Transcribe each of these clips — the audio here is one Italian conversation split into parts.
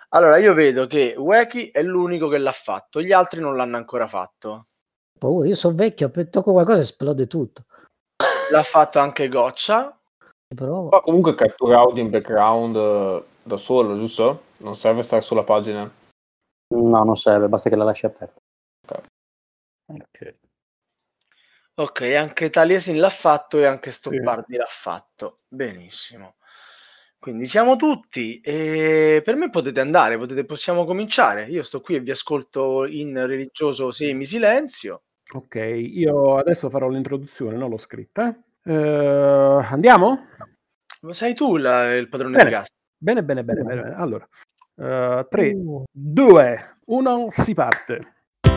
Allora, io vedo che Wacky è l'unico che l'ha fatto, gli altri non l'hanno ancora fatto. Paura, io sono vecchio, tocco qualcosa e esplode tutto. L'ha fatto anche Goccia. Però Ma comunque cattura audio in background da solo, giusto? Non serve stare sulla pagina. No, non serve, basta che la lasci aperta. Ok. Ok, anche Taliesin l'ha fatto e anche Sì. Stoppardi l'ha fatto. Benissimo. Quindi siamo tutti e per me potete andare, possiamo cominciare. Io sto qui e vi ascolto in religioso semi-silenzio. Ok, io adesso farò l'introduzione, non l'ho scritta. Andiamo? Ma sei tu il padrone Bene. di casa. Bene. Allora, 3, 2, 1, si parte.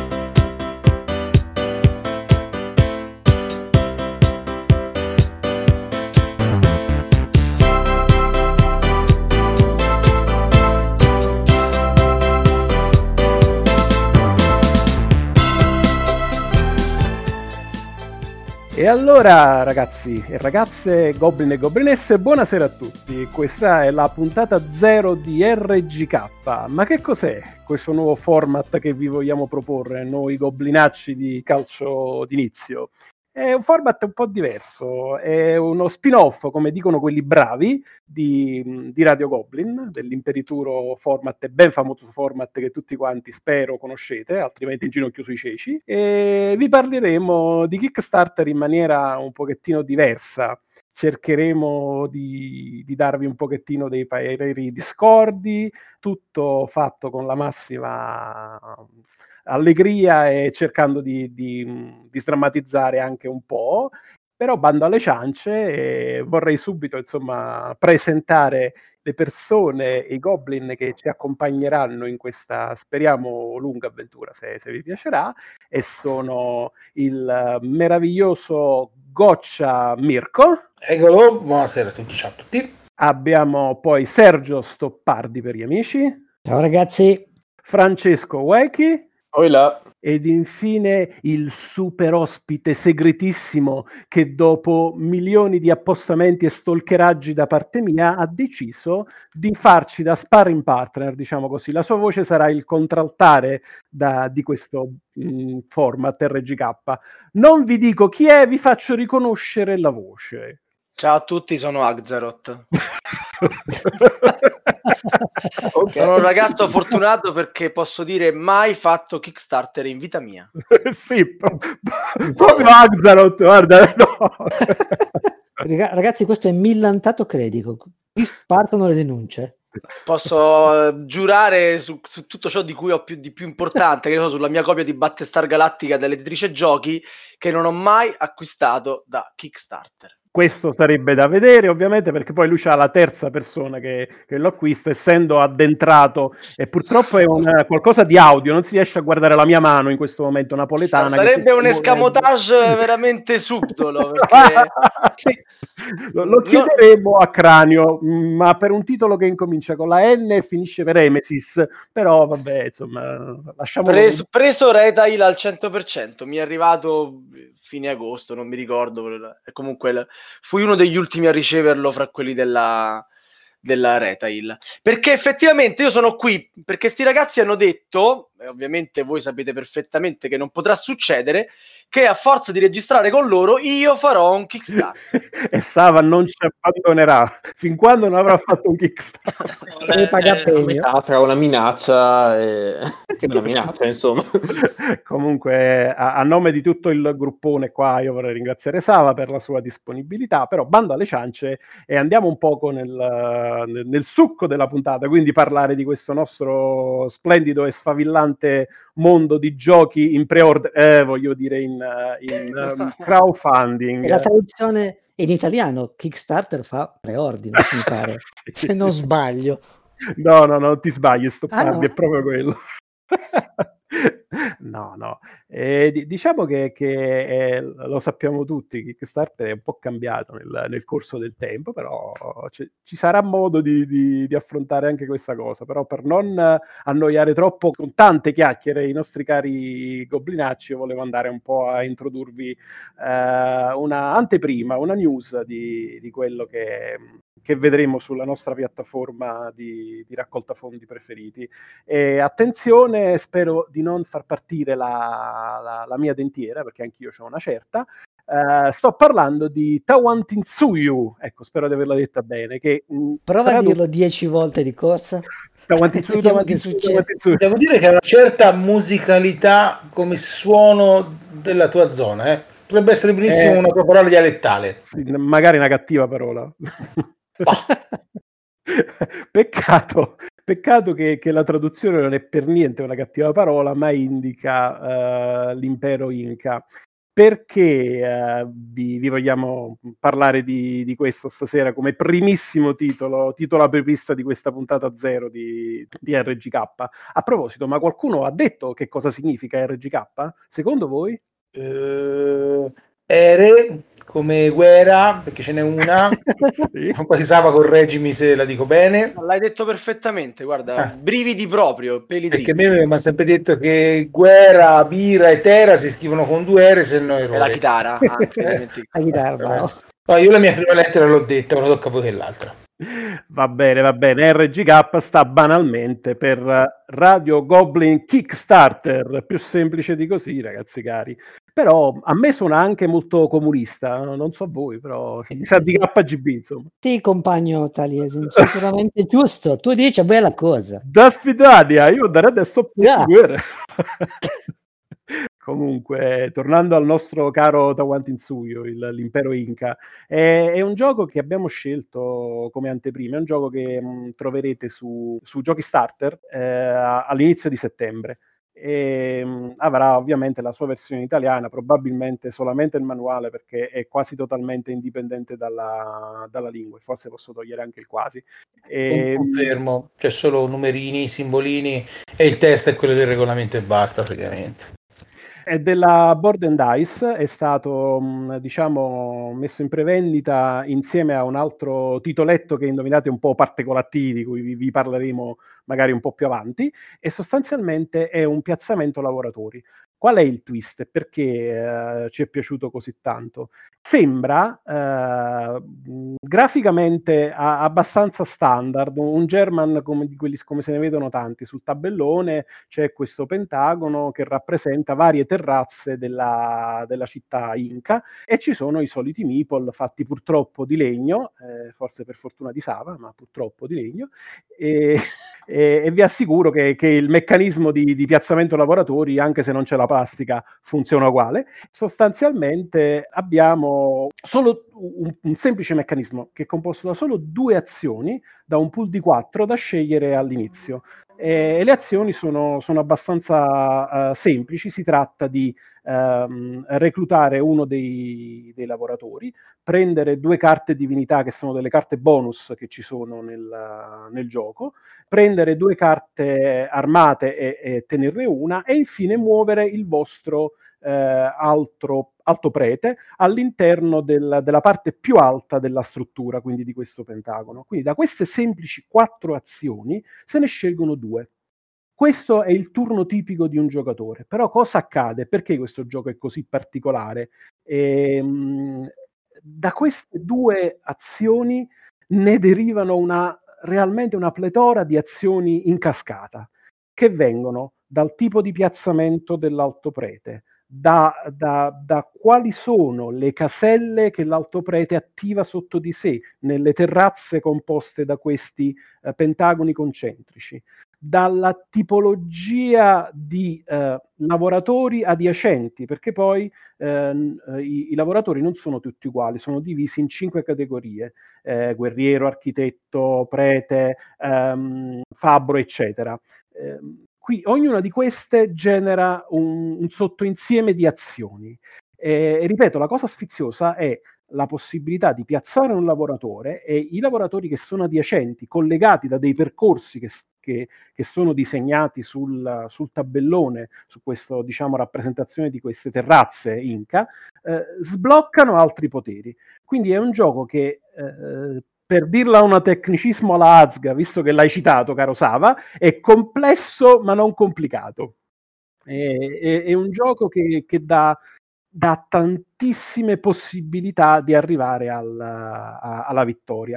E allora, ragazzi e ragazze, goblin e goblinesse, buonasera a tutti. Questa è la puntata 0 di RGK. Ma che cos'è questo nuovo format che vi vogliamo proporre, noi goblinacci di calcio d'inizio? È un format un po' diverso, è uno spin-off, come dicono quelli bravi, di Radio Goblin, dell'imperituro format, ben famoso format che tutti quanti spero conoscete, altrimenti in ginocchio sui ceci, e vi parleremo di Kickstarter in maniera un pochettino diversa. Cercheremo di darvi un pochettino dei pareri discordi, tutto fatto con la massima allegria e cercando di sdrammatizzare anche un po'. Però bando alle ciance e vorrei subito insomma presentare le persone e i goblin che ci accompagneranno in questa, speriamo, lunga avventura, se vi piacerà, e sono il meraviglioso Goccia Mirko. Eccolo, buonasera a tutti, ciao a tutti. Abbiamo poi Sergio Stoppardi per gli amici. ciao ragazzi. Francesco Wechi. Poi là. Ed infine il super ospite segretissimo che dopo milioni di appostamenti e stalkeraggi da parte mia ha deciso di farci da sparring partner, diciamo così. La sua voce sarà il contraltare di questo format RGK. Non vi dico chi è, vi faccio riconoscere la voce. Ciao a tutti, sono Axaroth. Okay. Sono un ragazzo fortunato perché posso dire mai fatto Kickstarter in vita mia. Sì, proprio Axaroth, guarda. No. Ragazzi, questo è millantato credico. Qui partono le denunce. Posso giurare su tutto ciò di cui ho di più importante, che so, sulla mia copia di Battlestar Galactica dell'editrice giochi, che non ho mai acquistato da Kickstarter. Questo sarebbe da vedere, ovviamente, perché poi lui c'ha la terza persona che lo acquista, essendo addentrato, e purtroppo è qualcosa di audio, non si riesce a guardare la mia mano in questo momento napoletana. Sarebbe un escamotage veramente subdolo, perché lo chiederemo a cranio, ma per un titolo che incomincia con la N e finisce per Emesis, però vabbè, insomma, lasciamo preso Retail al 100%, mi è arrivato fine agosto, non mi ricordo, comunque fui uno degli ultimi a riceverlo fra quelli della Retail, perché effettivamente io sono qui perché sti ragazzi hanno detto, e ovviamente voi sapete perfettamente che non potrà succedere, che a forza di registrare con loro io farò un Kickstarter. E Sava non ci abbandonerà fin quando non avrà fatto un Kickstarter. Tra una minaccia e una minaccia, insomma. Comunque, a nome di tutto il gruppone qua, io vorrei ringraziare Sava per la sua disponibilità, però bando alle ciance e andiamo un poco nel succo della puntata, quindi parlare di questo nostro splendido e sfavillante mondo di giochi in pre-order, voglio dire in crowdfunding. È la traduzione in italiano, Kickstarter fa preordine, mi pare, sì. Se non sbaglio. No, ti sbagli, Stoppardi, no? è proprio quello. No. Diciamo che lo sappiamo tutti, Kickstarter è un po' cambiato nel corso del tempo, però ci sarà modo di affrontare anche questa cosa, però per non annoiare troppo con tante chiacchiere i nostri cari goblinacci, io volevo andare un po' a introdurvi una anteprima, una news di quello che che vedremo sulla nostra piattaforma di raccolta fondi preferiti. E attenzione, spero di non far partire la mia dentiera, perché anch'io ho una certa. Sto parlando di Tawantinsuyu, ecco, spero di averla detta bene. Che, prova a dirlo 10 volte di corsa. Vediamo che succede. Devo dire che ha una certa musicalità come suono della tua zona, eh. Potrebbe essere benissimo una tua parola dialettale. Sì, magari una cattiva parola. Peccato che la traduzione non è per niente una cattiva parola, ma indica l'impero Inca. Perché vi vogliamo parlare di questo stasera come primissimo titolo apripista di questa puntata 0 di RGK? A proposito, ma qualcuno ha detto che cosa significa RGK? Secondo voi? Ere come guerra, perché ce n'è una. Sì. Quasi Sava, correggimi se la dico bene. L'hai detto perfettamente, guarda, brividi proprio, peli Perché a dritti. me mi ha sempre detto che guerra, bira e tera si scrivono con 2 R, se no E la chitarra, anche, dimentico. La chitarra, bravo. No, io la mia prima lettera l'ho detta, ora tocca a voi che l'altra. Va bene, RGK sta banalmente per Radio Goblin Kickstarter, più semplice di così, ragazzi cari. Però a me suona anche molto comunista, non so a voi, però mi sa di KGB, insomma. Sì, compagno Taliesin, sicuramente giusto. Tu dici bella cosa. Da Sfidania, io darei adesso guerra. Comunque, tornando al nostro caro Tawantinsuyu, l'impero Inca, è un gioco che abbiamo scelto come anteprima, è un gioco che troverete su Giochi Starter all'inizio di settembre. E avrà ovviamente la sua versione italiana, probabilmente solamente il manuale, perché è quasi totalmente indipendente dalla lingua, e forse posso togliere anche il quasi. Confermo, c'è solo numerini, simbolini e il testo è quello del regolamento e basta praticamente. È della Board and Dice, è stato diciamo messo in prevendita insieme a un altro titoletto che indovinate un po' particolativi, di cui vi parleremo magari un po' più avanti, e sostanzialmente è un piazzamento lavoratori. Qual è il twist? Perché ci è piaciuto così tanto? Sembra graficamente abbastanza standard, un German come se ne vedono tanti. Sul tabellone c'è questo pentagono che rappresenta varie terrazze della città Inca, e ci sono i soliti meeple fatti purtroppo di legno, forse per fortuna di Sava, ma purtroppo di legno, e vi assicuro che il meccanismo di piazzamento lavoratori, anche se non c'è la plastica, funziona uguale. Sostanzialmente abbiamo solo un semplice meccanismo che è composto da solo 2 azioni, da un pool di 4 da scegliere all'inizio. E le azioni sono abbastanza semplici. Si tratta di reclutare uno dei lavoratori, prendere 2 carte divinità, che sono delle carte bonus che ci sono nel gioco, prendere 2 carte armate e tenerne una, e infine muovere il vostro alto prete all'interno della parte più alta della struttura, quindi di questo pentagono. Quindi da queste semplici 4 azioni se ne scelgono 2. Questo è il turno tipico di un giocatore. Però cosa accade? Perché questo gioco è così particolare? Da queste 2 azioni ne derivano realmente una pletora di azioni in cascata, che vengono dal tipo di piazzamento dell'alto prete, da quali sono le caselle che l'alto prete attiva sotto di sé nelle terrazze composte da questi pentagoni concentrici, dalla tipologia di lavoratori adiacenti, perché poi i lavoratori non sono tutti uguali, sono divisi in 5 categorie: guerriero, architetto, prete, fabbro, eccetera. Qui ognuna di queste genera un sottoinsieme di azioni. E ripeto, la cosa sfiziosa è la possibilità di piazzare un lavoratore, e i lavoratori che sono adiacenti, collegati da dei percorsi che sono disegnati sul tabellone, su questa, diciamo, rappresentazione di queste terrazze Inca, sbloccano altri poteri. Quindi è un gioco che, per dirla un tecnicismo alla Azga, visto che l'hai citato, caro Sava, è complesso ma non complicato. È un gioco che dà tantissime possibilità di arrivare alla vittoria.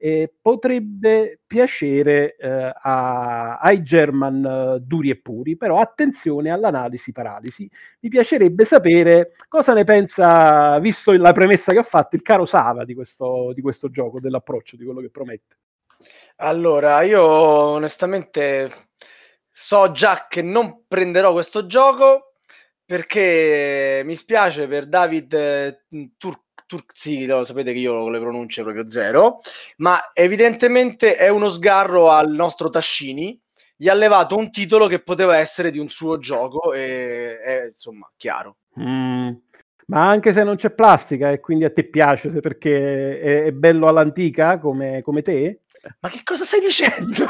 potrebbe piacere ai German duri e puri, però attenzione all'analisi paralisi. Mi piacerebbe sapere cosa ne pensa, visto la premessa che ho fatto, il caro Sava di questo gioco, dell'approccio, di quello che promette. Allora, io onestamente so già che non prenderò questo gioco perché mi spiace per David Turczilo, sapete che io con le pronunce proprio zero, ma evidentemente è uno sgarro al nostro Tascini, gli ha levato un titolo che poteva essere di un suo gioco e è insomma chiaro. Ma anche se non c'è plastica e quindi a te piace perché è bello all'antica come te? Ma che cosa stai dicendo?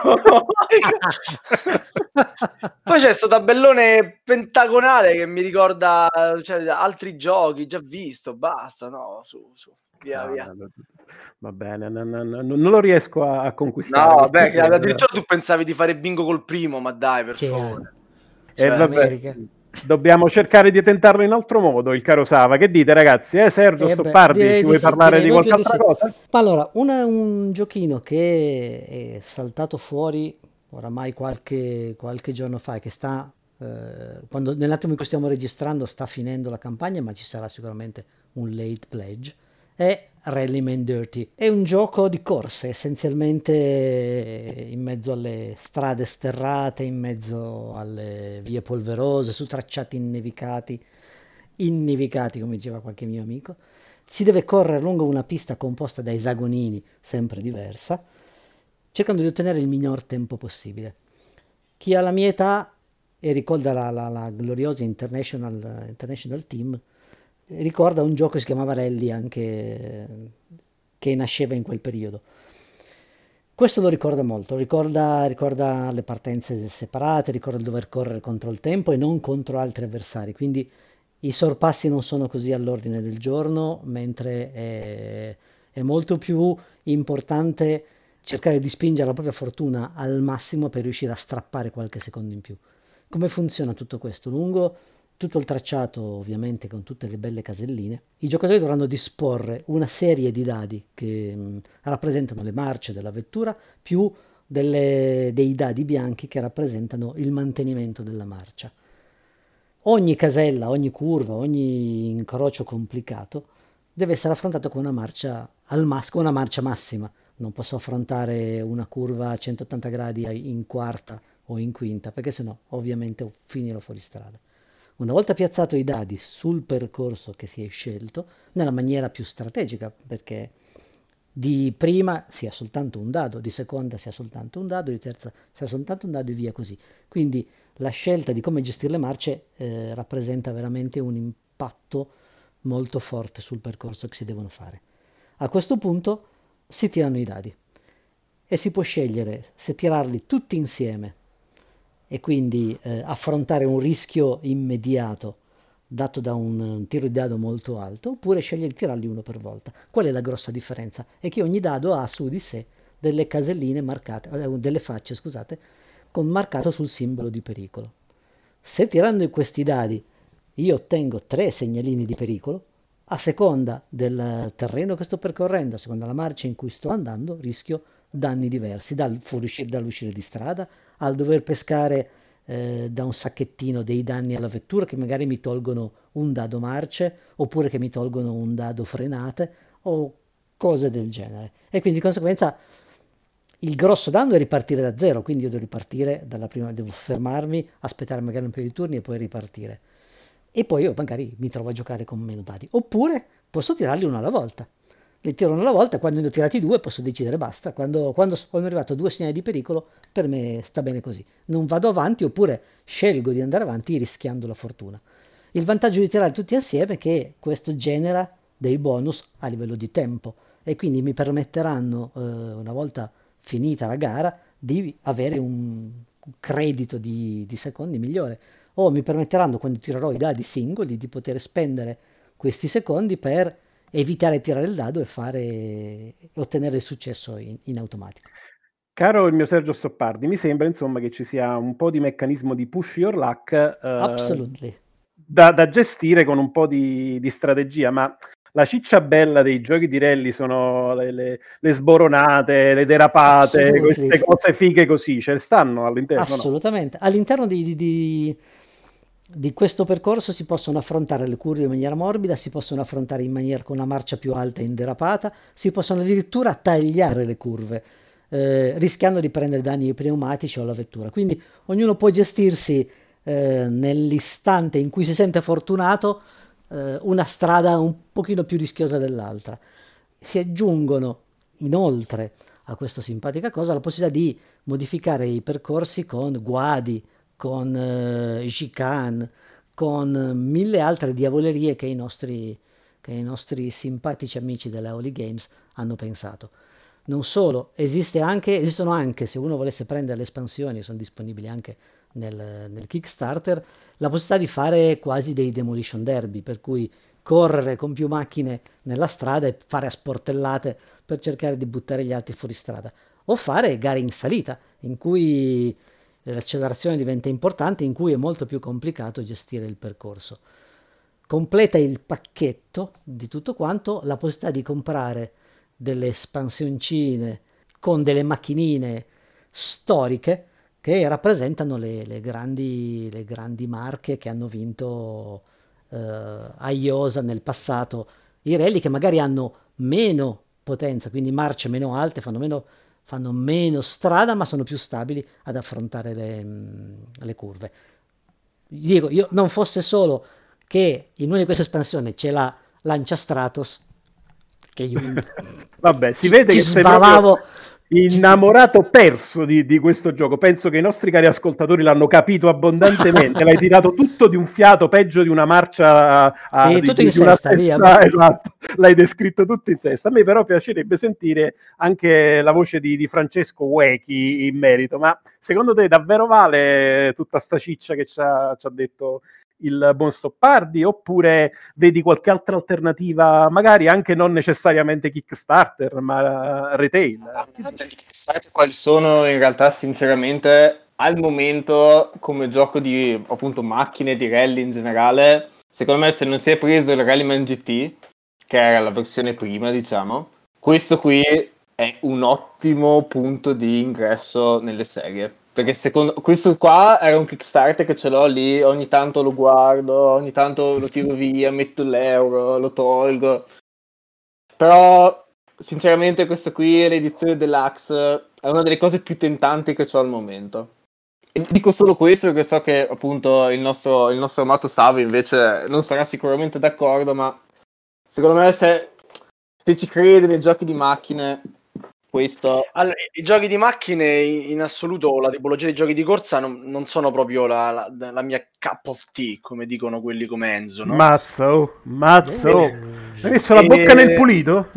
Poi c'è questo tabellone pentagonale che mi ricorda, cioè, altri giochi già visto, basta, no, su, via. Va bene, non lo riesco a conquistare. No, vabbè, che addirittura tu pensavi di fare bingo col primo, ma dai, per favore. Vabbè, dobbiamo cercare di tentarlo in altro modo, il caro Sava. Che dite, ragazzi? Sergio Stoppardi, ci vuoi parlare di qualche altra cosa? Ma allora, un giochino che è saltato fuori oramai qualche giorno fa, che sta, nell'attimo in cui stiamo registrando, sta finendo la campagna, ma ci sarà sicuramente un late pledge, è Rallyman Dirty. È un gioco di corse, essenzialmente in mezzo alle strade sterrate, in mezzo alle vie polverose, su tracciati innevicati come diceva qualche mio amico. Si deve correre lungo una pista composta da esagonini, sempre diversa, cercando di ottenere il minor tempo possibile. Chi ha la mia età e ricorda la gloriosa International Team, ricorda un gioco che si chiamava Rally, anche che nasceva in quel periodo. Questo lo ricorda molto, ricorda le partenze separate, ricorda il dover correre contro il tempo e non contro altri avversari, quindi i sorpassi non sono così all'ordine del giorno, mentre è molto più importante cercare di spingere la propria fortuna al massimo per riuscire a strappare qualche secondo in più. Come funziona tutto questo? Lungo tutto il tracciato, ovviamente con tutte le belle caselline, i giocatori dovranno disporre una serie di dadi che rappresentano le marce della vettura, più dei dadi bianchi che rappresentano il mantenimento della marcia. Ogni casella, ogni curva, ogni incrocio complicato deve essere affrontato con una marcia una marcia massima. Non posso affrontare una curva a 180 gradi in quarta o in quinta, perché sennò ovviamente finirò fuori strada. Una volta piazzato i dadi sul percorso che si è scelto, nella maniera più strategica, perché di prima sia soltanto un dado, di seconda sia soltanto un dado, di terza sia soltanto un dado e via così. Quindi la scelta di come gestire le marce rappresenta veramente un impatto molto forte sul percorso che si devono fare. A questo punto si tirano i dadi e si può scegliere se tirarli tutti insieme e quindi affrontare un rischio immediato dato da un tiro di dado molto alto, oppure scegliere di tirarli uno per volta. Qual è la grossa differenza? È che ogni dado ha su di sé delle caselline marcate, delle facce, scusate, con marcato sul simbolo di pericolo. Se tirando questi dadi io ottengo 3 segnalini di pericolo, a seconda del terreno che sto percorrendo, a seconda della marcia in cui sto andando, rischio danni diversi, dall'uscire di strada al dover pescare da un sacchettino dei danni alla vettura che magari mi tolgono un dado marce oppure che mi tolgono un dado frenate o cose del genere. E quindi di conseguenza il grosso danno è ripartire da zero, quindi io devo ripartire dalla prima, devo fermarmi, aspettare magari un paio di turni e poi ripartire. E poi io magari mi trovo a giocare con meno dadi. Oppure posso tirarli uno alla volta. Li tiro uno alla volta, quando ne ho tirati 2 posso decidere basta. Quando sono arrivato a 2 segnali di pericolo, per me sta bene così. Non vado avanti oppure scelgo di andare avanti rischiando la fortuna. Il vantaggio di tirare tutti assieme è che questo genera dei bonus a livello di tempo e quindi mi permetteranno, una volta finita la gara, di avere un credito di secondi migliore. O mi permetteranno, quando tirerò i dadi singoli, di poter spendere questi secondi per evitare di tirare il dado e ottenere il successo in automatico. Caro il mio Sergio Stoppardi, mi sembra insomma che ci sia un po' di meccanismo di push your luck Absolutely. Da gestire con un po' di strategia, ma la ciccia bella dei giochi di rally sono le sboronate, le derapate, queste cose fighe così, ce ne stanno all'interno? Assolutamente. No? All'interno di questo percorso si possono affrontare le curve in maniera morbida, si possono affrontare con una marcia più alta e in derapata, si possono addirittura tagliare le curve, rischiando di prendere danni ai pneumatici o alla vettura. Quindi ognuno può gestirsi nell'istante in cui si sente fortunato una strada un pochino più rischiosa dell'altra. Si aggiungono inoltre a questa simpatica cosa la possibilità di modificare i percorsi con guadi, con chicane, con mille altre diavolerie che i nostri simpatici amici della Holy Games hanno pensato. Non solo, esistono anche, se uno volesse prendere le espansioni, sono disponibili anche nel Kickstarter, la possibilità di fare quasi dei demolition derby, per cui correre con più macchine nella strada e fare a sportellate per cercare di buttare gli altri fuori strada, o fare gare in salita, in cui l'accelerazione diventa importante, in cui è molto più complicato gestire il percorso. Completa il pacchetto di tutto quanto la possibilità di comprare delle espansioncine con delle macchinine storiche che rappresentano le grandi marche che hanno vinto a Iosa nel passato, i rally che magari hanno meno potenza, quindi marce meno alte, fanno meno strada, ma sono più stabili ad affrontare le curve. Dico, io non fosse solo che in una di queste espansioni c'è la Lancia Stratos, che io vabbè, si vede che sei sbavavo innamorato perso di questo gioco. Penso che i nostri cari ascoltatori l'hanno capito abbondantemente. L'hai tirato tutto di un fiato, peggio di una marcia tutto in sesta, via. Esatto, l'hai descritto tutto in sesta. A me però piacerebbe sentire anche la voce di Francesco Uechi in merito, ma secondo te davvero vale tutta sta ciccia che ci ha detto il buon Stoppardi, oppure vedi qualche altra alternativa, magari anche non necessariamente Kickstarter, ma retail? Kickstarter quali sono in realtà sinceramente al momento come gioco di appunto macchine di rally in generale? Secondo me, se non si è preso il Rallyman GT, che era la versione prima, diciamo, questo qui è un ottimo punto di ingresso nelle serie. Perché secondo questo qua era un Kickstarter che ce l'ho lì, ogni tanto lo guardo, ogni tanto lo tiro via, metto l'euro, lo tolgo. Però sinceramente questo qui, l'edizione deluxe, è una delle cose più tentanti che ho al momento. E dico solo questo perché so che appunto il nostro amato Savio invece non sarà sicuramente d'accordo, ma secondo me se ci crede nei giochi di macchine, questo... Allora, i giochi di macchine in assoluto, la tipologia di giochi di corsa non sono proprio la mia cup of tea, come dicono quelli come Enzo, no? Mazzo, hai messo la bocca nel pulito?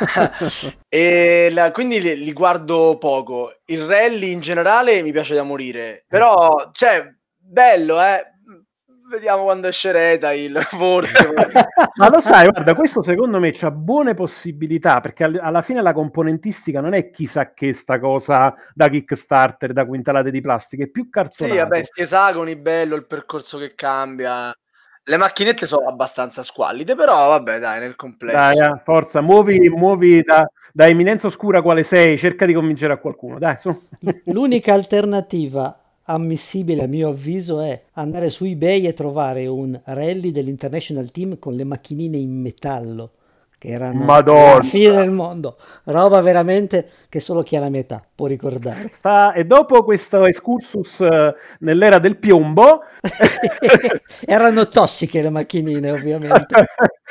Quindi li guardo poco. Il rally in generale mi piace da morire, però, cioè, bello, vediamo quando esce Retail, forse. Ma lo sai, guarda, questo secondo me c'ha buone possibilità, perché alla fine la componentistica non è chissà che sta cosa da Kickstarter, da quintalate di plastica, è più cartonato. Sì, vabbè, sti esagoni, bello il percorso che cambia. Le macchinette sono abbastanza squallide, però vabbè, dai, nel complesso. Dai, forza, muovi da eminenza oscura quale sei, cerca di convincere a qualcuno, dai, su. L'unica alternativa ammissibile a mio avviso è andare su eBay e trovare un rally dell'International Team con le macchinine in metallo che erano Madonna, la fine del mondo, roba veramente che solo chi ha la metà può ricordare. E dopo questo excursus nell'era del piombo erano tossiche le macchinine, ovviamente.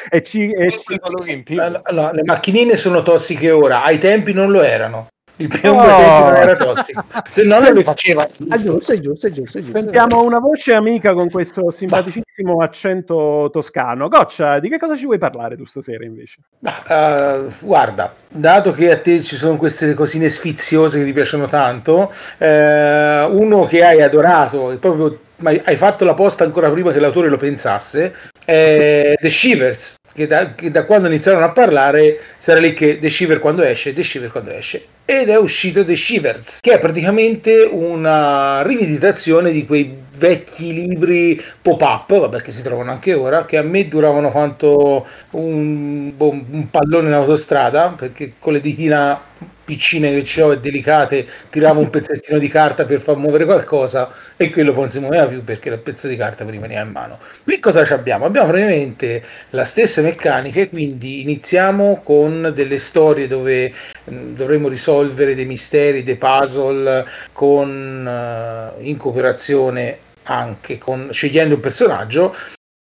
Allora, le macchinine sono tossiche ora, ai tempi non lo erano. Il piombo non era tossico, se no non li faceva. Giusto. Sentiamo una voce amica con questo simpaticissimo accento toscano. Goccia, di che cosa ci vuoi parlare tu stasera invece? Guarda, dato che a te ci sono queste cosine sfiziose che ti piacciono tanto, uno che hai adorato, proprio hai fatto la posta ancora prima che l'autore lo pensasse, è The Shivers, che da quando iniziarono a parlare sarà lì che Deceiver quando esce, ed è uscito Deceivers, che è praticamente una rivisitazione di quei vecchi libri pop-up, vabbè, che si trovano anche ora, che a me duravano quanto un pallone in autostrada, perché con le ditina piccine che ho e delicate tiravo un pezzettino di carta per far muovere qualcosa e quello poi non si muoveva più perché il pezzo di carta mi rimaneva in mano. Qui cosa abbiamo? Abbiamo praticamente la stessa meccanica, quindi iniziamo con delle storie dove dovremo risolvere dei misteri, dei puzzle in cooperazione anche scegliendo un personaggio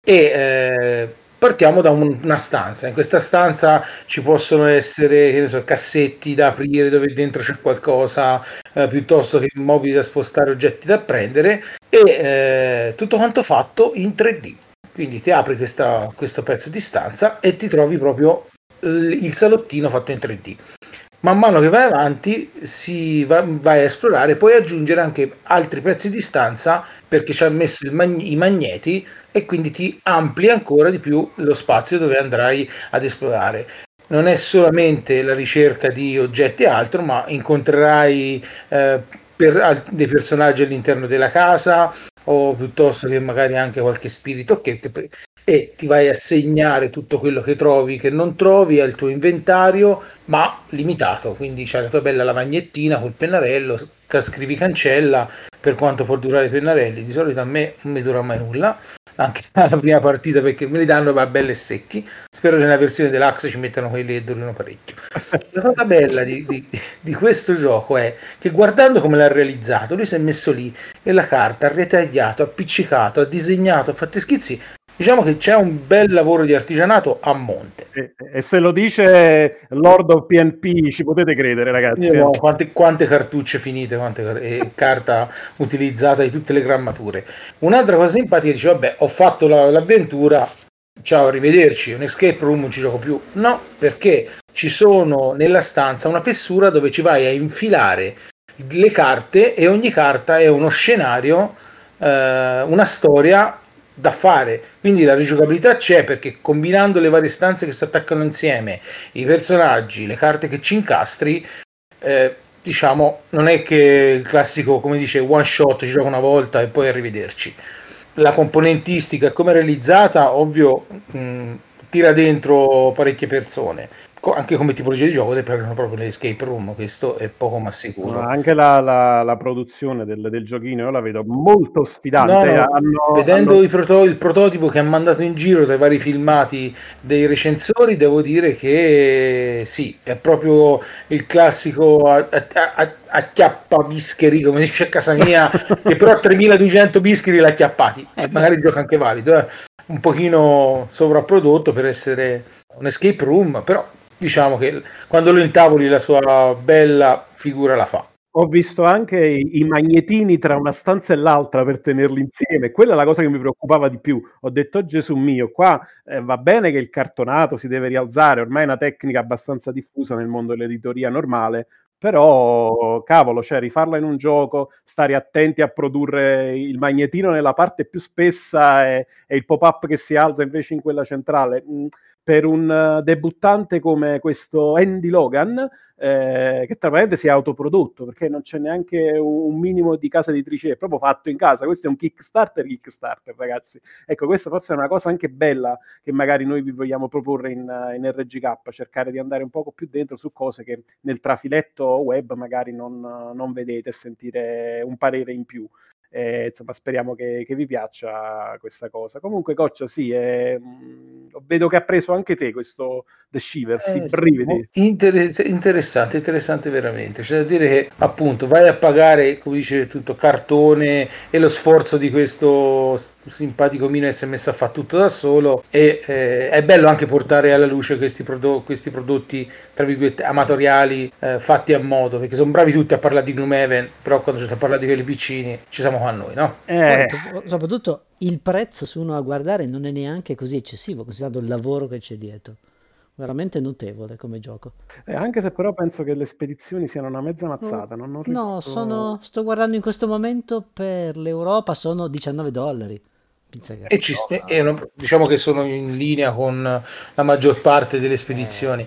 e partiamo da una stanza. In questa stanza ci possono essere, che ne so, cassetti da aprire dove dentro c'è qualcosa, piuttosto che mobili da spostare, oggetti da prendere, e tutto quanto fatto in 3D. Quindi ti apri questo pezzo di stanza e ti trovi proprio il salottino fatto in 3D. Man mano che vai avanti vai a esplorare, puoi aggiungere anche altri pezzi di stanza perché ci ha messo i magneti e quindi ti amplia ancora di più lo spazio dove andrai ad esplorare. Non è solamente la ricerca di oggetti e altro, ma incontrerai dei personaggi all'interno della casa o piuttosto che magari anche qualche spirito e ti vai a segnare tutto quello che trovi, che non trovi al tuo inventario, ma limitato. Quindi c'è la tua bella lavagnettina col pennarello, scrivi cancella per quanto può durare i pennarelli. Di solito a me non mi dura mai nulla, anche alla prima partita, perché me li danno belli e secchi. Spero che nella versione deluxe ci mettano quelli che durano parecchio. La cosa bella di questo gioco è che, guardando come l'ha realizzato, lui si è messo lì e la carta ha ritagliato, ha appiccicato, ha disegnato, ha fatto schizzi. Diciamo che c'è un bel lavoro di artigianato a monte. E se lo dice Lord of PNP ci potete credere, ragazzi. No, quante cartucce finite, e carta utilizzata di tutte le grammature. Un'altra cosa simpatica, dice vabbè, ho fatto l'avventura, ciao, arrivederci, un escape room non ci gioco più. No, perché ci sono nella stanza una fessura dove ci vai a infilare le carte e ogni carta è uno scenario, una storia da fare, quindi la rigiocabilità c'è, perché combinando le varie stanze che si attaccano insieme, i personaggi, le carte che ci incastri, diciamo, non è che il classico, come dice, one shot, ci gioco una volta e poi arrivederci. La componentistica come realizzata, ovvio, tira dentro parecchie persone, anche come tipologia di gioco, se prendono proprio l'escape room, questo è poco ma sicuro. Anche la produzione del giochino io la vedo molto sfidante. Vedendo il prototipo che ha mandato in giro tra i vari filmati dei recensori, devo dire che sì, è proprio il classico acchiappa bischeri, come dice a casa mia, che però 3200 bischeri l'ha acchiappati, magari gioca anche valido, un pochino sovrapprodotto per essere un escape room, però diciamo che quando lo intavoli la sua bella figura la fa. Ho visto anche i magnetini tra una stanza e l'altra per tenerli insieme, quella è la cosa che mi preoccupava di più. Ho detto, Gesù mio, qua va bene che il cartonato si deve rialzare, ormai è una tecnica abbastanza diffusa nel mondo dell'editoria normale, però cavolo, cioè rifarla in un gioco, stare attenti a produrre il magnetino nella parte più spessa e il pop-up che si alza invece in quella centrale. Per un debuttante come questo Andy Logan, che tra parentesi è autoprodotto, perché non c'è neanche un minimo di casa editrice, è proprio fatto in casa. Questo è un Kickstarter, ragazzi. Ecco, questa forse è una cosa anche bella che magari noi vi vogliamo proporre in RGK, cercare di andare un poco più dentro su cose che nel trafiletto web magari non vedete, e sentire un parere in più. Insomma, speriamo che vi piaccia questa cosa. Comunque, Coccia, sì, vedo che ha preso anche te questo The Shivers, i brividi. Interessante veramente. C'è da dire che appunto vai a pagare, come dice tutto, cartone e lo sforzo di questo simpatico Mino che si è messo a fare tutto da solo, e è bello anche portare alla luce questi prodotti tra virgolette amatoriali, fatti a modo, perché sono bravi tutti a parlare di Gloomhaven, però quando c'è da parlare di quelli piccini ci siamo qua noi, no? Soprattutto il prezzo, se uno a guardare, non è neanche così eccessivo, considerando il lavoro che c'è dietro. Veramente notevole come gioco. Anche se però penso che le spedizioni siano una mezza mazzata. No, sto guardando in questo momento, per l'Europa sono $19. Diciamo che sono in linea con la maggior parte delle spedizioni.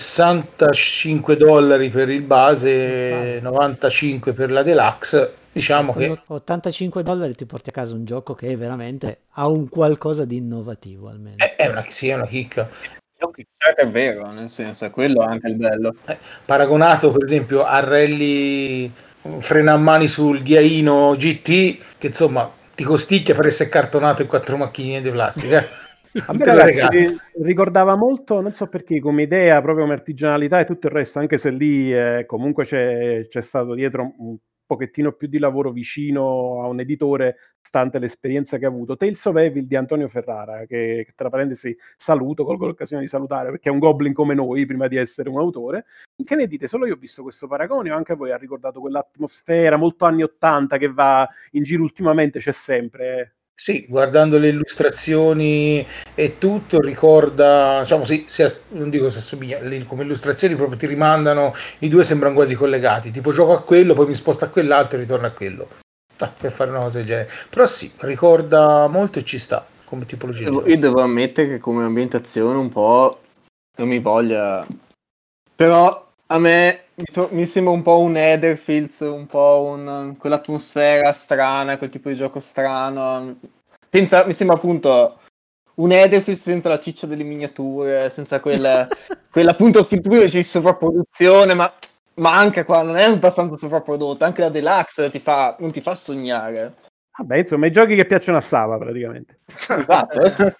$65 per il base, 95 per la deluxe. Diciamo con che $85 ti porti a casa un gioco che veramente ha un qualcosa di innovativo almeno. è una chicca. È un Kickstarter vero, nel senso, è quello anche il bello. Paragonato per esempio a Rally frena a mani sul ghiaino GT, che insomma ti costicchia per essere cartonato in 4 macchinine di plastica. A me ragazzi ricordava molto, non so perché, come idea, proprio come artigianalità e tutto il resto, anche se lì comunque c'è stato dietro un pochettino più di lavoro vicino a un editore, stante l'esperienza che ha avuto. Tales of Evil di Antonio Ferrara, che tra parentesi saluto, colgo l'occasione di salutare, perché è un goblin come noi, prima di essere un autore. Che ne dite? Solo io ho visto questo paragone, o anche voi ha ricordato quell'atmosfera molto anni 80 che va in giro ultimamente, c'è sempre... Sì, guardando le illustrazioni e tutto, ricorda, diciamo, sì, non dico se assomiglia, come illustrazioni proprio ti rimandano, i due sembrano quasi collegati, tipo gioco a quello, poi mi sposto a quell'altro e ritorno a quello, per fare una cosa del genere. Però sì, ricorda molto e ci sta come tipologia di gioco. Io devo ammettere che come ambientazione un po' non mi voglia, però a me mi sembra un po' un Netherfields, un po' quell'atmosfera strana, quel tipo di gioco strano. Mi sembra appunto un Netherfields senza la ciccia delle miniature, senza quella appunto che tu dici sovrapproduzione, ma anche qua non è abbastanza sovrapprodotta, anche la Deluxe non ti fa sognare. Vabbè, insomma, i giochi che piacciono a Sava praticamente. Esatto.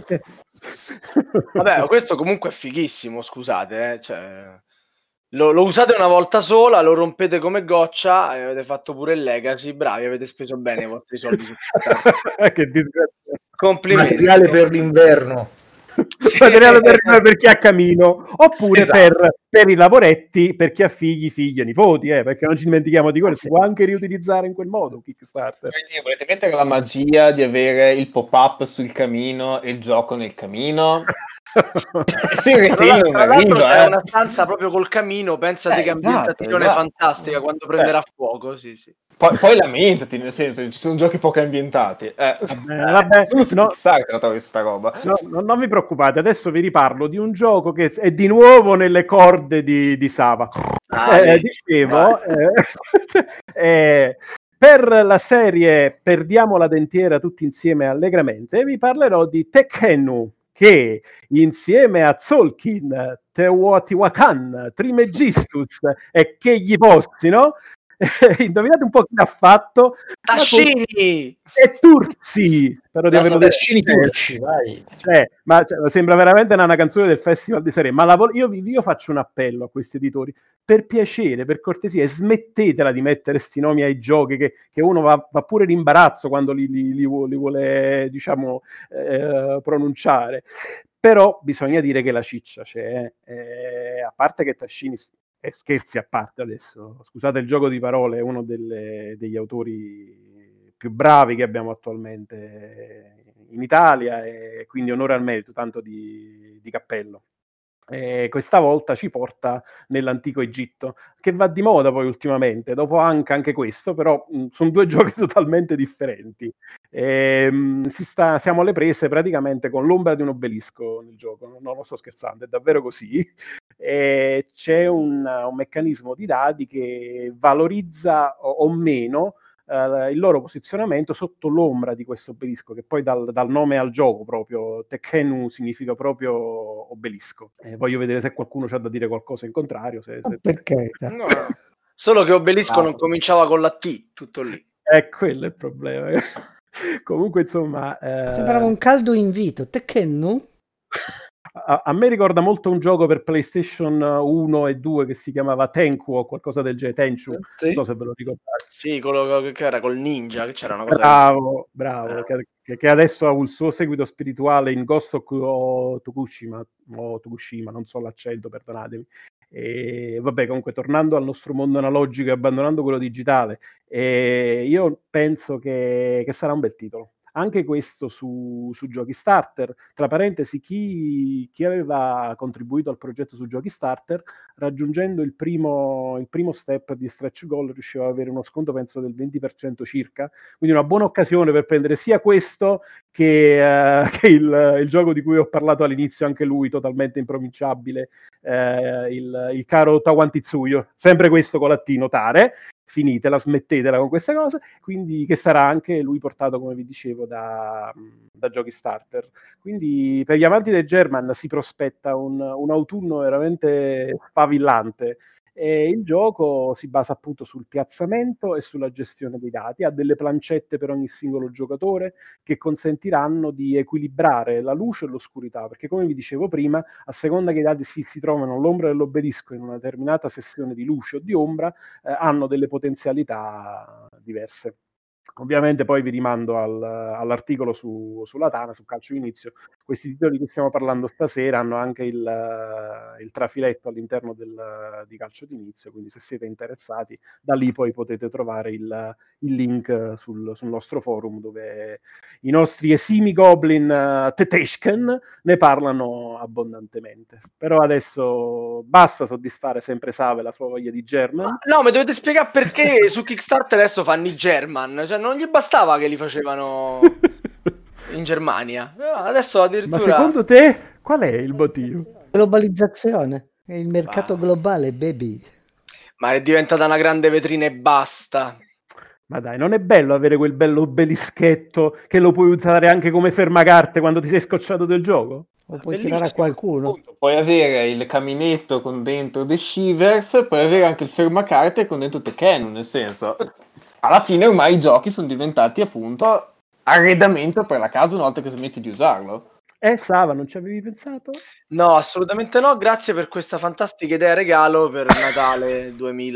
Vabbè, questo comunque è fighissimo, scusate, cioè, lo usate una volta sola, lo rompete come goccia e avete fatto pure il Legacy, bravi, avete speso bene i vostri soldi su Che disgrazia. complimenti. Materiale per l'inverno. Sì. Materiale per chi ha camino, oppure Esatto. per i lavoretti, per chi ha figli e nipoti, perché non ci dimentichiamo di quello, si può anche riutilizzare in quel modo Kickstarter. Volete mettere la magia di avere il pop-up sul camino e il gioco nel camino? Tra l'altro c'è una stanza proprio col camino, pensate che ambientazione fantastica quando prenderà fuoco, sì. Poi lamentati, nel senso, ci sono giochi poco ambientati. Vabbè, questa roba. No, non vi preoccupate, adesso vi riparlo di un gioco che è di nuovo nelle corde di Sava. Dicevo, per la serie Perdiamo la dentiera tutti insieme allegramente, vi parlerò di Tekhenu, che insieme a Tzolk'in, Teotihuacan, Trimegistus e che gli possino, indovinate un po' chi l'ha fatto? Tascini e Turzi, però di averlo Tascini turci, vai. Sembra veramente una canzone del Festival di Sanremo, ma io faccio un appello a questi editori: per piacere, per cortesia, smettetela di mettere sti nomi ai giochi che uno va pure in imbarazzo quando li vuole, diciamo, pronunciare. Però bisogna dire che la ciccia c'è, a parte che Tascini, scherzi a parte adesso, scusate il gioco di parole, è uno degli autori più bravi che abbiamo attualmente in Italia, e quindi onore al merito, tanto di cappello. Questa volta ci porta nell'antico Egitto, che va di moda poi ultimamente, dopo anche questo, però sono due giochi totalmente differenti. Siamo alle prese praticamente con l'ombra di un obelisco nel gioco, non lo sto scherzando, è davvero così. C'è un meccanismo di dadi che valorizza o meno il loro posizionamento sotto l'ombra di questo obelisco, che poi dal nome al gioco proprio, Tekhenu significa proprio obelisco. Voglio vedere se qualcuno c'ha da dire qualcosa in contrario. Perché? No. Solo che obelisco non cominciava con la T, tutto lì. Quello è il problema. Comunque, insomma... sembrava un caldo invito. Tekhenu? A me ricorda molto un gioco per PlayStation 1 e 2 che si chiamava Tenku o qualcosa del genere, Tenchu, sì. Non so se ve lo ricordate. Sì, quello che era col ninja, che c'era una cosa... Bravo, che adesso ha il suo seguito spirituale in Ghost of Tsushima, non so l'accento, perdonatemi. E vabbè, comunque, tornando al nostro mondo analogico e abbandonando quello digitale, io penso che sarà un bel titolo. anche questo su Giochi Starter. Tra parentesi, chi aveva contribuito al progetto su Giochi Starter, raggiungendo il primo step di stretch goal, riusciva ad avere uno sconto penso del 20% circa, quindi una buona occasione per prendere sia questo che il gioco di cui ho parlato all'inizio, anche lui totalmente improvinciabile, il caro Tawan Titsuyo, sempre questo con la T, notare, finitela, smettetela con queste cose, quindi che sarà anche lui portato, come vi dicevo, da Giochi Starter. Quindi per gli amanti del German si prospetta un autunno veramente sfavillante. E il gioco si basa appunto sul piazzamento e sulla gestione dei dati, ha delle plancette per ogni singolo giocatore che consentiranno di equilibrare la luce e l'oscurità, perché come vi dicevo prima, a seconda che i dati si trovano all'ombra dell'obelisco in una determinata sessione di luce o di ombra, hanno delle potenzialità diverse. Ovviamente poi vi rimando all'articolo sulla Tana, sul calcio inizio. Questi titoli di cui stiamo parlando stasera hanno anche il trafiletto all'interno di calcio d'inizio, quindi se siete interessati da lì poi potete trovare il link sul nostro forum, dove i nostri esimi goblin Teteshken ne parlano abbondantemente. Però adesso basta soddisfare sempre Save la sua voglia di German. No, mi dovete spiegare perché su Kickstarter adesso fanno i German, cioè non gli bastava che li facevano in Germania, adesso addirittura... Ma secondo te qual è il motivo? Globalizzazione, è il mercato globale, baby. Ma è diventata una grande vetrina e basta. Ma dai, non è bello avere quel bello obelischetto che lo puoi usare anche come fermacarte quando ti sei scocciato del gioco? O puoi tirare a qualcuno. Appunto, puoi avere il caminetto con dentro The Shivers, puoi avere anche il fermacarte con dentro The Cannon, nel senso, alla fine ormai i giochi sono diventati appunto arredamento per la casa una volta che smetti di usarlo. Sava, non ci avevi pensato? No, assolutamente no, grazie per questa fantastica idea regalo per Natale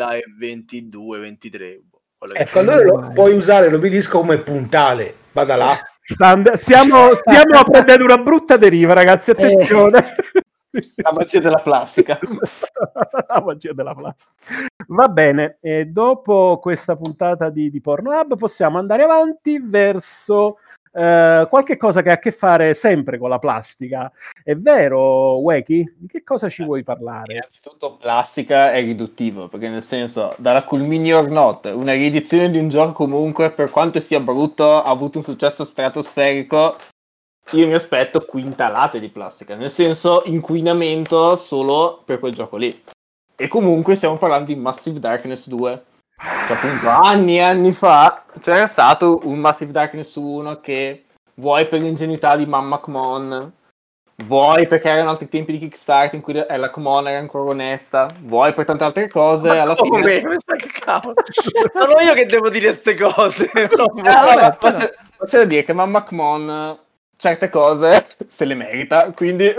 2022-23. Ecco, allora puoi usare l'obelisco come puntale, vada là. Stiamo prendendo una brutta deriva, ragazzi, attenzione. La magia della plastica. La magia della plastica. Va bene, e dopo questa puntata di Pornhub possiamo andare avanti verso qualche cosa che ha a che fare sempre con la plastica. È vero, Weki? Di che cosa ci vuoi parlare? Innanzitutto plastica è riduttivo, perché nel senso, dalla Culmini or Not, una riedizione di un gioco comunque, per quanto sia brutto, ha avuto un successo stratosferico. Io mi aspetto quintalate di plastica, nel senso inquinamento solo per quel gioco lì. E comunque stiamo parlando di Massive Darkness 2. Cioè, appunto, anni e anni fa c'era stato un Massive Darkness 1 che, vuoi per l'ingenuità di Mamma Kmon, vuoi perché erano altri tempi di Kickstarter in cui la Kmon era ancora onesta, vuoi per tante altre cose, Ma alla come? fine... Che cavolo? Sono io che devo dire queste cose. C'è da dire che Mamma Kmon certe cose se le merita, quindi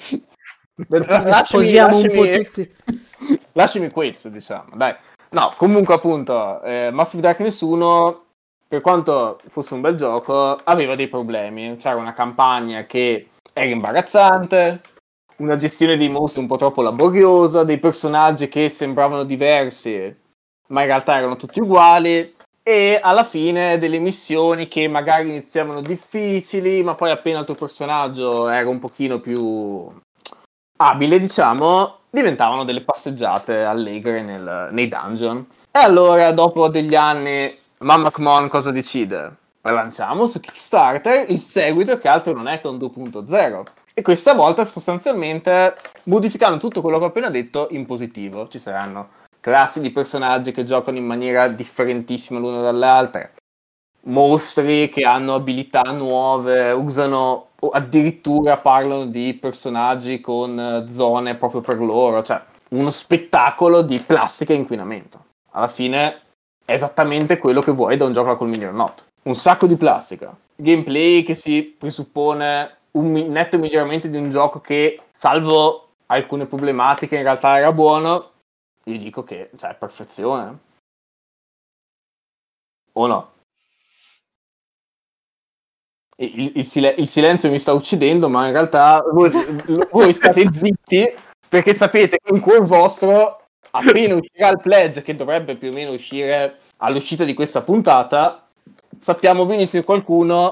sposiamo un po' tutti. Lasciami questo, diciamo, dai. No, comunque appunto Massive Darkness 1, per quanto fosse un bel gioco, aveva dei problemi. C'era una campagna che era imbarazzante, una gestione dei mostri un po' troppo laboriosa, dei personaggi che sembravano diversi ma in realtà erano tutti uguali, e alla fine delle missioni che magari iniziavano difficili, ma poi appena il tuo personaggio era un pochino più abile, diciamo, diventavano delle passeggiate allegre nei dungeon. E allora, dopo degli anni, Mamma Kmon cosa decide? Lanciamo su Kickstarter il seguito, che altro non è che un 2.0. E questa volta, sostanzialmente, modificando tutto quello che ho appena detto in positivo. Ci saranno classi di personaggi che giocano in maniera differentissima l'una dall'altra, mostri che hanno abilità nuove, usano o addirittura parlano di personaggi con zone proprio per loro, cioè uno spettacolo di plastica e inquinamento. Alla fine è esattamente quello che vuoi da un gioco alla Culmini or Not. Un sacco di plastica, gameplay che si presuppone un netto miglioramento di un gioco che, salvo alcune problematiche, in realtà era buono. Io dico che, cioè, è perfezione. O no? Il silenzio mi sta uccidendo, ma in realtà voi state zitti perché sapete che in cuor vostro, appena uscirà il pledge, che dovrebbe più o meno uscire all'uscita di questa puntata, sappiamo benissimo che qualcuno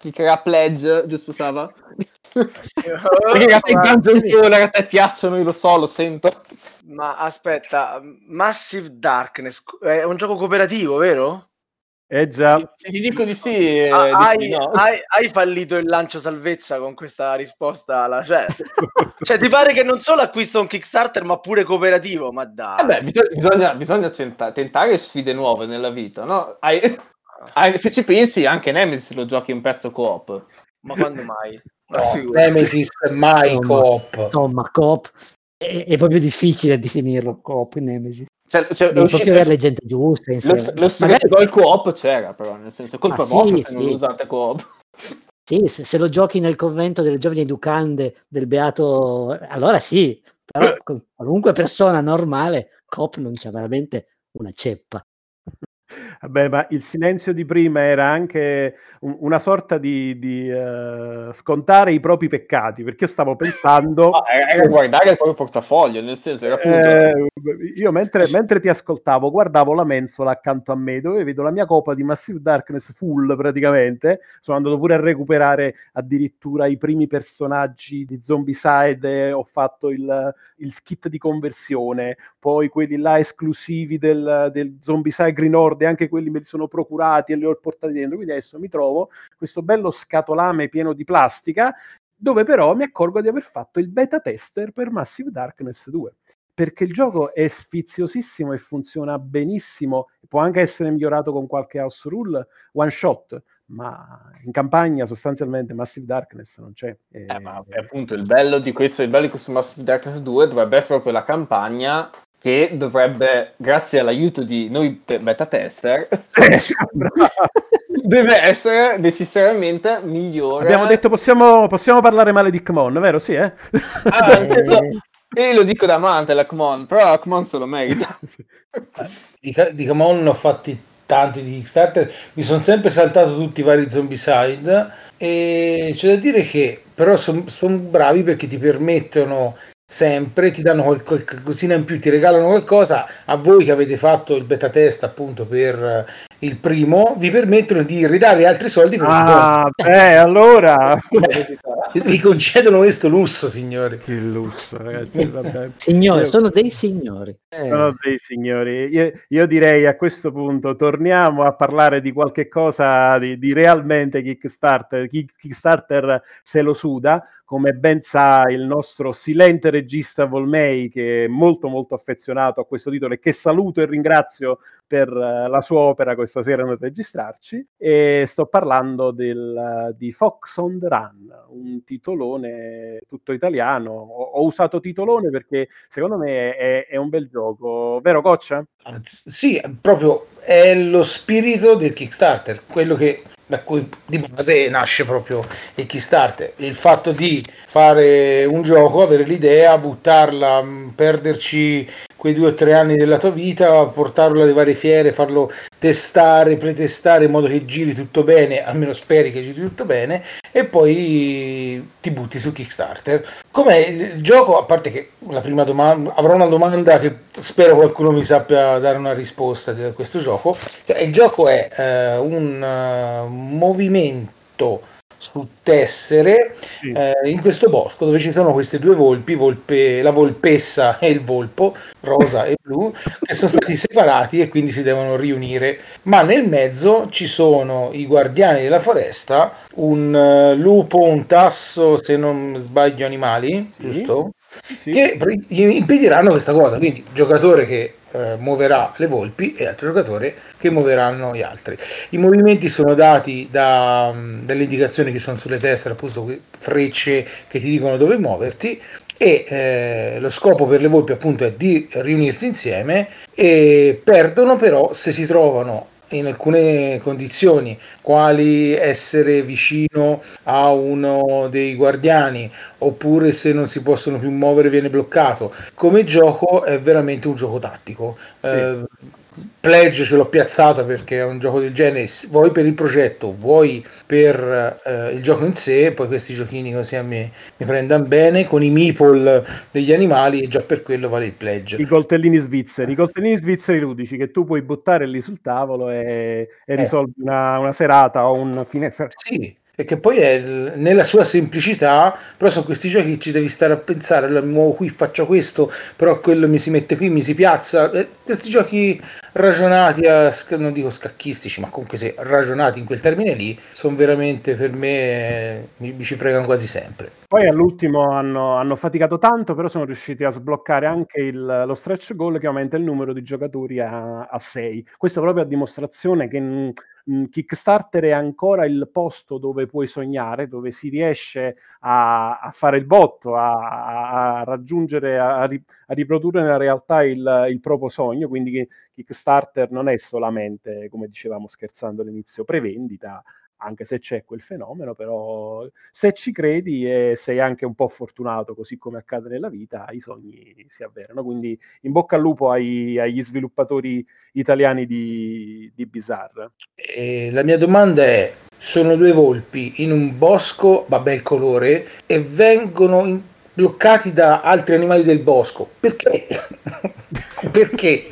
cliccherà Pledge, giusto Sava? Perché in Dungeon Crawler a te piacciono, io lo so, lo sento. Ma aspetta, Massive Darkness è un gioco cooperativo, vero? Già. Se ti dico di sì, hai fallito il lancio salvezza con questa risposta cioè ti pare che non solo acquista un Kickstarter ma pure cooperativo, ma dai. Bisogna tentare sfide nuove nella vita, no? Se ci pensi, anche Nemesis lo giochi un pezzo co-op. Ma quando mai? No, Nemesis mai co-op. Insomma, co-op è proprio difficile definirlo co-op in Nemesis. Devi proprio avere le gente giusta insieme. Lo stretch goal co-op c'era, però, nel senso, colpa vostra se non lo usate co-op. Sì, se lo giochi nel convento delle giovani educande del beato, allora sì, però con qualunque persona normale co-op non c'è veramente una ceppa. Vabbè, ma il silenzio di prima era anche una sorta di scontare i propri peccati, perché io stavo pensando... era guardare il proprio portafoglio, nel senso, era appunto... io mentre ti ascoltavo, guardavo la mensola accanto a me, dove vedo la mia copa di Massive Darkness full praticamente, sono andato pure a recuperare addirittura i primi personaggi di Zombicide, ho fatto il kit di conversione, poi quelli là esclusivi del Zombicide Green Horde, anche quelli me li sono procurati e li ho portati dentro, quindi adesso mi trovo questo bello scatolame pieno di plastica, dove però mi accorgo di aver fatto il beta tester per Massive Darkness 2, perché il gioco è sfiziosissimo e funziona benissimo, può anche essere migliorato con qualche house rule one shot, ma in campagna sostanzialmente Massive Darkness non c'è. Ma appunto il bello di questo Massive Darkness 2 dovrebbe essere proprio la campagna, che dovrebbe, grazie all'aiuto di noi beta tester, deve essere necessariamente migliore. Abbiamo detto possiamo parlare male di Kmon, vero? Sì, eh? Nel senso, io lo dico da amante la Kmon, però la Kmon se lo merita. Di Kmon ne ho fatti tanti di Kickstarter, mi sono sempre saltato tutti i vari Zombicide e c'è da dire che però sono bravi perché ti permettono sempre, ti danno qualcosina in più, ti regalano qualcosa. A voi che avete fatto il beta test appunto per il primo, vi permettono di ridare altri soldi per il secondo. Allora vi concedono questo lusso, signori. Che lusso, ragazzi, vabbè. Signori, sono dei signori. Sono dei signori. Io direi a questo punto torniamo a parlare di qualche cosa di realmente Kickstarter. Kickstarter se lo suda, come ben sa il nostro silente regista Volmei, che è molto molto affezionato a questo titolo e che saluto e ringrazio per la sua opera questa sera nel registrarci, e sto parlando di Fox on the Run, un titolone tutto italiano. Ho usato titolone perché secondo me è un bel gioco, vero Coccia? Sì, proprio è lo spirito del Kickstarter, quello che da cui di base nasce proprio il Kickstarter, il fatto di fare un gioco, avere l'idea, buttarla, perderci quei 2 o 3 anni della tua vita, portarlo alle varie fiere, farlo testare, pretestare in modo che giri tutto bene, almeno speri che giri tutto bene, e poi ti butti su Kickstarter. Com'è il gioco? A parte che la prima domanda, avrò una domanda che spero qualcuno mi sappia dare una risposta di questo gioco. Il gioco è un movimento su tessere in questo bosco dove ci sono queste 2 volpi, la volpessa e il volpo, rosa e blu, che sono stati separati e quindi si devono riunire, ma nel mezzo ci sono i guardiani della foresta, un lupo, un tasso, se non sbaglio animali, giusto? Sì. Che impediranno questa cosa, quindi giocatore che muoverà le volpi e altro giocatore che muoveranno gli altri. I movimenti sono dati dalle indicazioni che sono sulle tessere, appunto frecce che ti dicono dove muoverti, e lo scopo per le volpi appunto è di riunirsi insieme, e perdono però se si trovano in alcune condizioni, quali essere vicino a uno dei guardiani, oppure se non si possono più muovere viene bloccato. Come gioco è veramente un gioco tattico. Sì. Pledge ce l'ho piazzata perché è un gioco del genere, vuoi per il progetto, vuoi per il gioco in sé, poi questi giochini così a me mi prendono bene, con i meeple degli animali, e già per quello vale il Pledge. I coltellini svizzeri ludici che tu puoi buttare lì sul tavolo e risolvi una serata o un fine. Sì. e che poi è nella sua semplicità, però sono questi giochi che ci devi stare a pensare, allora, mi muovo qui, faccio questo, però quello mi si mette qui, mi si piazza, questi giochi ragionati, non dico scacchistici, ma comunque se ragionati in quel termine lì, sono veramente per me, mi ci fregano quasi sempre. Poi all'ultimo hanno faticato tanto, però sono riusciti a sbloccare anche lo stretch goal che aumenta il numero di giocatori a 6. Questo proprio a dimostrazione che Kickstarter è ancora il posto dove puoi sognare, dove si riesce a fare il botto, a raggiungere, a riprodurre nella realtà il proprio sogno. Quindi Kickstarter non è solamente, come dicevamo scherzando all'inizio, prevendita, anche se c'è quel fenomeno, però se ci credi e sei anche un po' fortunato, così come accade nella vita, i sogni si avverano. Quindi in bocca al lupo agli sviluppatori italiani di Bizarre. E la mia domanda è: sono due volpi in un bosco, vabbè il colore, e vengono bloccati da altri animali del bosco. Perché? Perché?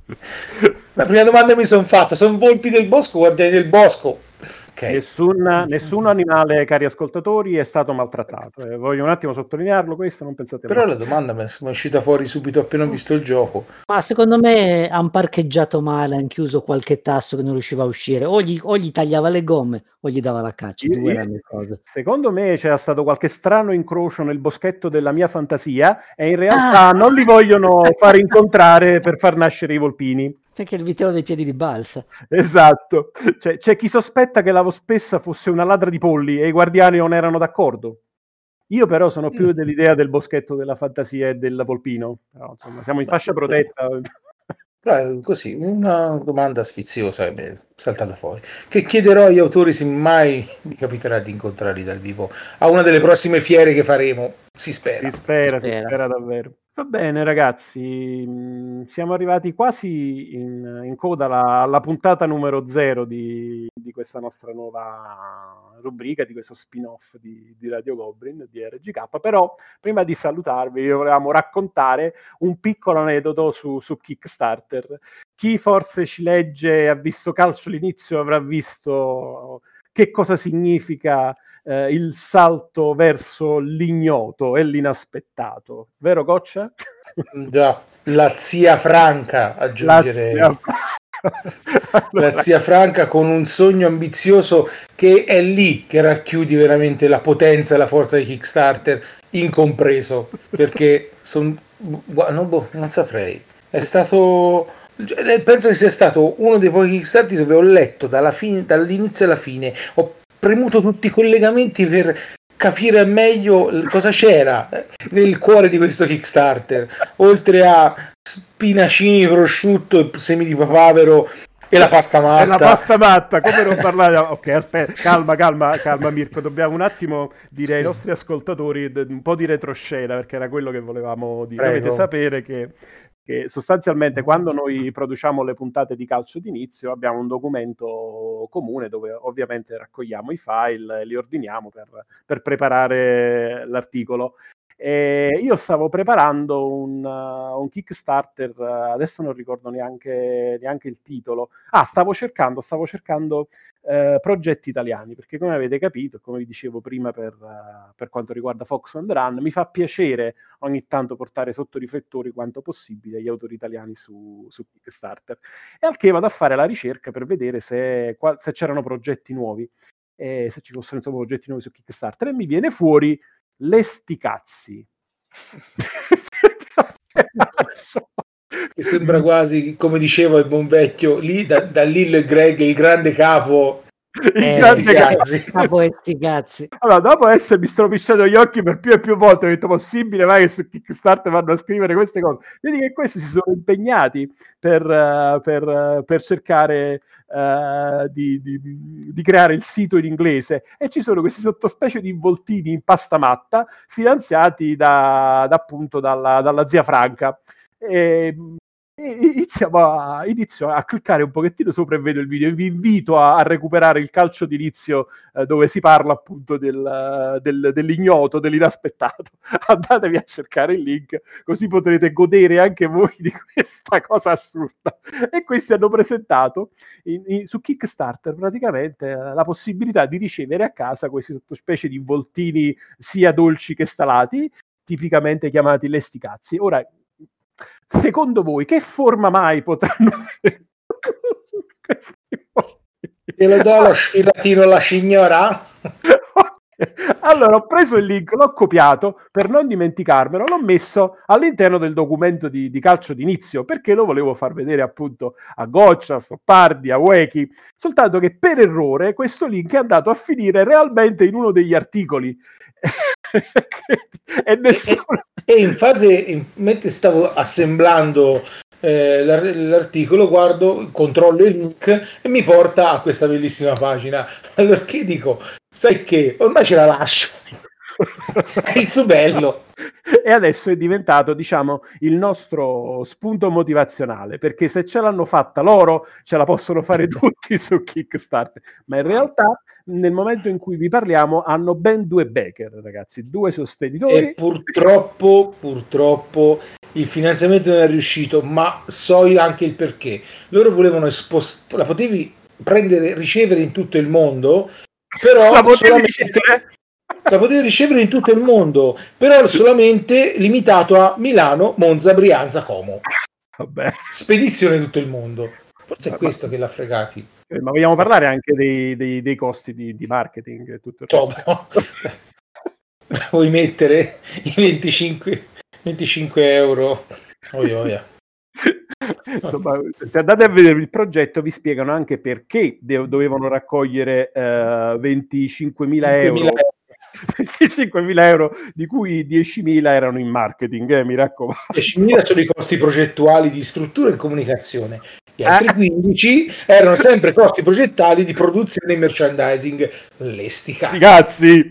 La prima domanda mi sono fatta: sono volpi del bosco, guardiani del bosco. Okay. Nessun animale, cari ascoltatori, è stato maltrattato. Voglio un attimo sottolinearlo questo, non pensate Però mai. la domanda mi è uscita fuori subito appena ho visto il gioco. Ma secondo me hanno parcheggiato male, hanno chiuso qualche tasto che non riusciva a uscire, o gli tagliava le gomme o gli dava la caccia, due erano le cose. Secondo me c'era stato qualche strano incrocio nel boschetto della mia fantasia e in realtà non li vogliono far incontrare per far nascere i volpini. Perché il vitelo dei piedi di balsa. Esatto. C'è chi sospetta che la Vospessa fosse una ladra di polli e i guardiani non erano d'accordo. Io però sono più dell'idea del boschetto della fantasia e del volpino. Però, insomma, siamo in fascia protetta. Però così, una domanda sfiziosa mi è saltata fuori, che chiederò agli autori se mai mi capiterà di incontrarli dal vivo a una delle prossime fiere che faremo. Si spera. Si spera davvero. Va bene ragazzi, siamo arrivati quasi in coda alla puntata numero 0 di questa nostra nuova rubrica, di questo spin-off di Radio Goblin, di RGK, però prima di salutarvi vi volevamo raccontare un piccolo aneddoto su Kickstarter. Chi forse ci legge e ha visto Calcio all'inizio avrà visto che cosa significa il salto verso l'ignoto e l'inaspettato, vero Goccia? Già, la zia Franca, aggiungerei. La zia Franca con un sogno ambizioso che è lì che racchiudi veramente la potenza e la forza di Kickstarter, incompreso, perché non saprei. È stato... penso che sia stato uno dei pochi Kickstarter dove ho letto dall'inizio alla fine, ho premuto tutti i collegamenti per capire meglio cosa c'era nel cuore di questo Kickstarter, oltre a spinacini, prosciutto e semi di papavero e la pasta matta. E la pasta matta, come non parlare? Ok, aspetta, calma Mirko, dobbiamo un attimo dire ai nostri ascoltatori un po' di retroscena, perché era quello che volevamo dire. Prego. Dovete sapere che sostanzialmente quando noi produciamo le puntate di Calcio d'inizio abbiamo un documento comune dove ovviamente raccogliamo i file e li ordiniamo per preparare l'articolo. E io stavo preparando un Kickstarter, adesso non ricordo neanche il titolo. Stavo cercando progetti italiani, perché come avete capito, come vi dicevo prima per quanto riguarda Fox on the Run, mi fa piacere ogni tanto portare sotto riflettori quanto possibile gli autori italiani su Kickstarter. E al che vado a fare la ricerca per vedere se c'erano progetti nuovi, se ci fossero insomma progetti nuovi su Kickstarter, e mi viene fuori Le Sticazzi. Mi sembra quasi, come diceva il buon vecchio lì, da Lillo e Greg, il grande capo. Capo e sti cazzi. Allora, dopo essermi stropicciato gli occhi per più e più volte, ho detto possibile mai che su Kickstarter vanno a scrivere queste cose? Vedi che questi si sono impegnati per cercare di creare il sito in inglese, e ci sono questi sottospecie di involtini in pasta matta finanziati appunto dalla zia Franca. Inizio a cliccare un pochettino sopra e vedo il video e vi invito a recuperare il calcio d'inizio dove si parla appunto dell'ignoto, dell'inaspettato. Andatevi a cercare il link, così potrete godere anche voi di questa cosa assurda. E questi hanno presentato su Kickstarter praticamente la possibilità di ricevere a casa queste sottospecie di involtini sia dolci che salati, tipicamente chiamati lesticazzi. Ora, secondo voi, che forma mai potranno avere questi Te lo do lo sfilatino alla signora? Allora ho preso il link, l'ho copiato per non dimenticarmelo, l'ho messo all'interno del documento di calcio d'inizio perché lo volevo far vedere appunto a Goccia, a Stoppardi, a Weki, soltanto che per errore questo link è andato a finire realmente in uno degli articoli e nessuno... Mentre stavo assemblando l'articolo, guardo, controllo il link e mi porta a questa bellissima pagina. Allora che dico, sai che ormai ce la lascio, è il suo bello. E adesso è diventato, diciamo, il nostro spunto motivazionale, perché se ce l'hanno fatta loro ce la possono fare tutti su Kickstarter, ma in realtà nel momento in cui vi parliamo hanno ben 2 backer, ragazzi, 2 sostenitori, e purtroppo il finanziamento non è riuscito, ma so anche il perché. Loro volevano la potevi ricevere in tutto il mondo, però la potevi ricevere in tutto il mondo, però solamente limitato a Milano, Monza, Brianza, Como. Vabbè. Spedizione tutto il mondo. Forse è questo che l'ha fregati. Ma vogliamo parlare anche dei costi di marketing e tutto il resto? Vuoi mettere i 25 euro? Insomma, se andate a vedere il progetto vi spiegano anche perché dovevano raccogliere 25.000 euro. 25.000 euro, di cui 10.000 erano in marketing, mi raccomando. 10.000 sono i costi progettuali di struttura e comunicazione, gli altri 15 erano sempre costi progettali di produzione e merchandising. Sti cazzi!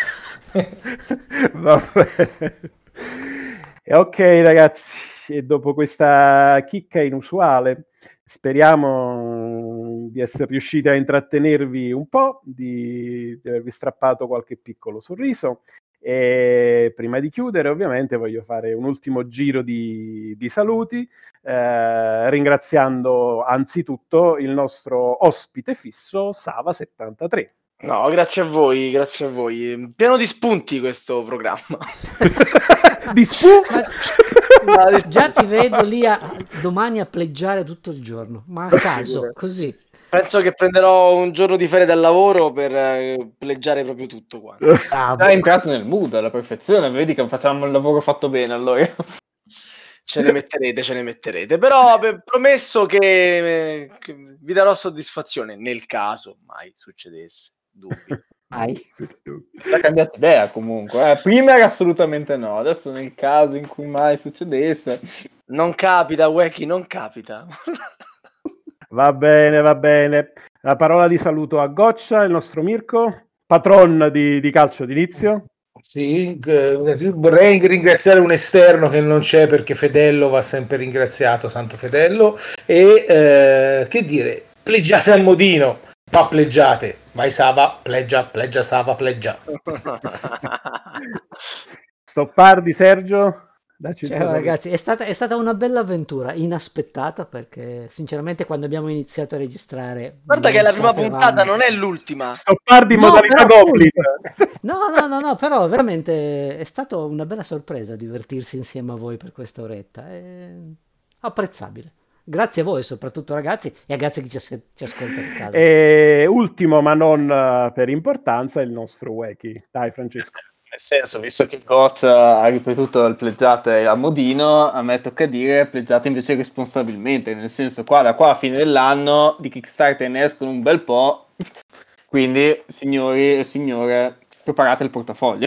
Vabbè. Ok ragazzi, e dopo questa chicca inusuale speriamo di essere riusciti a intrattenervi un po', di avervi strappato qualche piccolo sorriso, e prima di chiudere ovviamente voglio fare un ultimo giro di saluti, ringraziando anzitutto il nostro ospite fisso Sava73. No, grazie a voi. Pieno di spunti questo programma. Di spunti? Già ti vedo lì domani a pleggiare tutto il giorno, ma a caso, così. Penso che prenderò un giorno di ferie dal lavoro per pleggiare proprio tutto qua. Già entrato nel mood alla perfezione, vedi che facciamo il lavoro fatto bene allora. Ce ne metterete, però promesso che vi darò soddisfazione nel caso mai succedesse. Dubbi. Hai cambiato idea comunque, prima era assolutamente no, adesso nel caso in cui mai succedesse. Non capita, Weki, non capita. Va bene. La parola di saluto a Goccia, il nostro Mirko, patron di calcio d'inizio. Sì, vorrei ringraziare un esterno che non c'è perché Fedello va sempre ringraziato, santo Fedello, e che dire, pleggiate al modino, ma pleggiate, vai Sava, pleggia Sava, pleggia. Stoppardi, Sergio? Ciao ragazzi, è stata una bella avventura, inaspettata, perché sinceramente quando abbiamo iniziato a registrare... Guarda che la prima puntata non è l'ultima. Stoppardi in modalità Goblin. No, però veramente è stata una bella sorpresa divertirsi insieme a voi per questa oretta, è apprezzabile. Grazie a voi soprattutto ragazzi, e grazie a chi ci ascolta a casa. E ultimo ma non per importanza il nostro Weki. Dai Francesco. Nel senso, visto che Goz ha ripetuto il pleggiate a modino, a me tocca dire pleggiate invece responsabilmente, nel senso da qua a fine dell'anno di Kickstarter ne escono un bel po', quindi signori e signore preparate il portafoglio.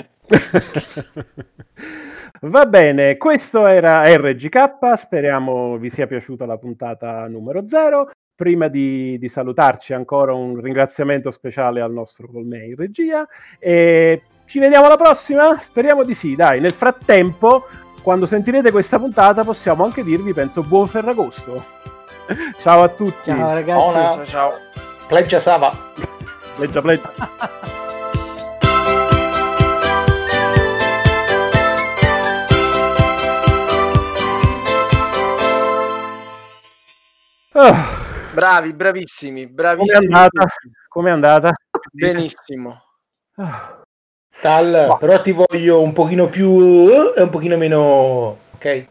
Va bene, questo era RGK, speriamo vi sia piaciuta la puntata numero 0. Prima di salutarci ancora un ringraziamento speciale al nostro Colmei in regia e ci vediamo alla prossima? Speriamo di sì, dai. Nel frattempo, quando sentirete questa puntata possiamo anche dirvi, penso, buon Ferragosto. Ciao a tutti. Ciao ragazzi. Ciao, ciao. Pleggia Sava. Pleggia, pleggia. Bravi, bravissimi, Com'è bravissimi. andata? Com'è andata? Benissimo. Tal, però ti voglio un pochino più e un pochino meno, ok?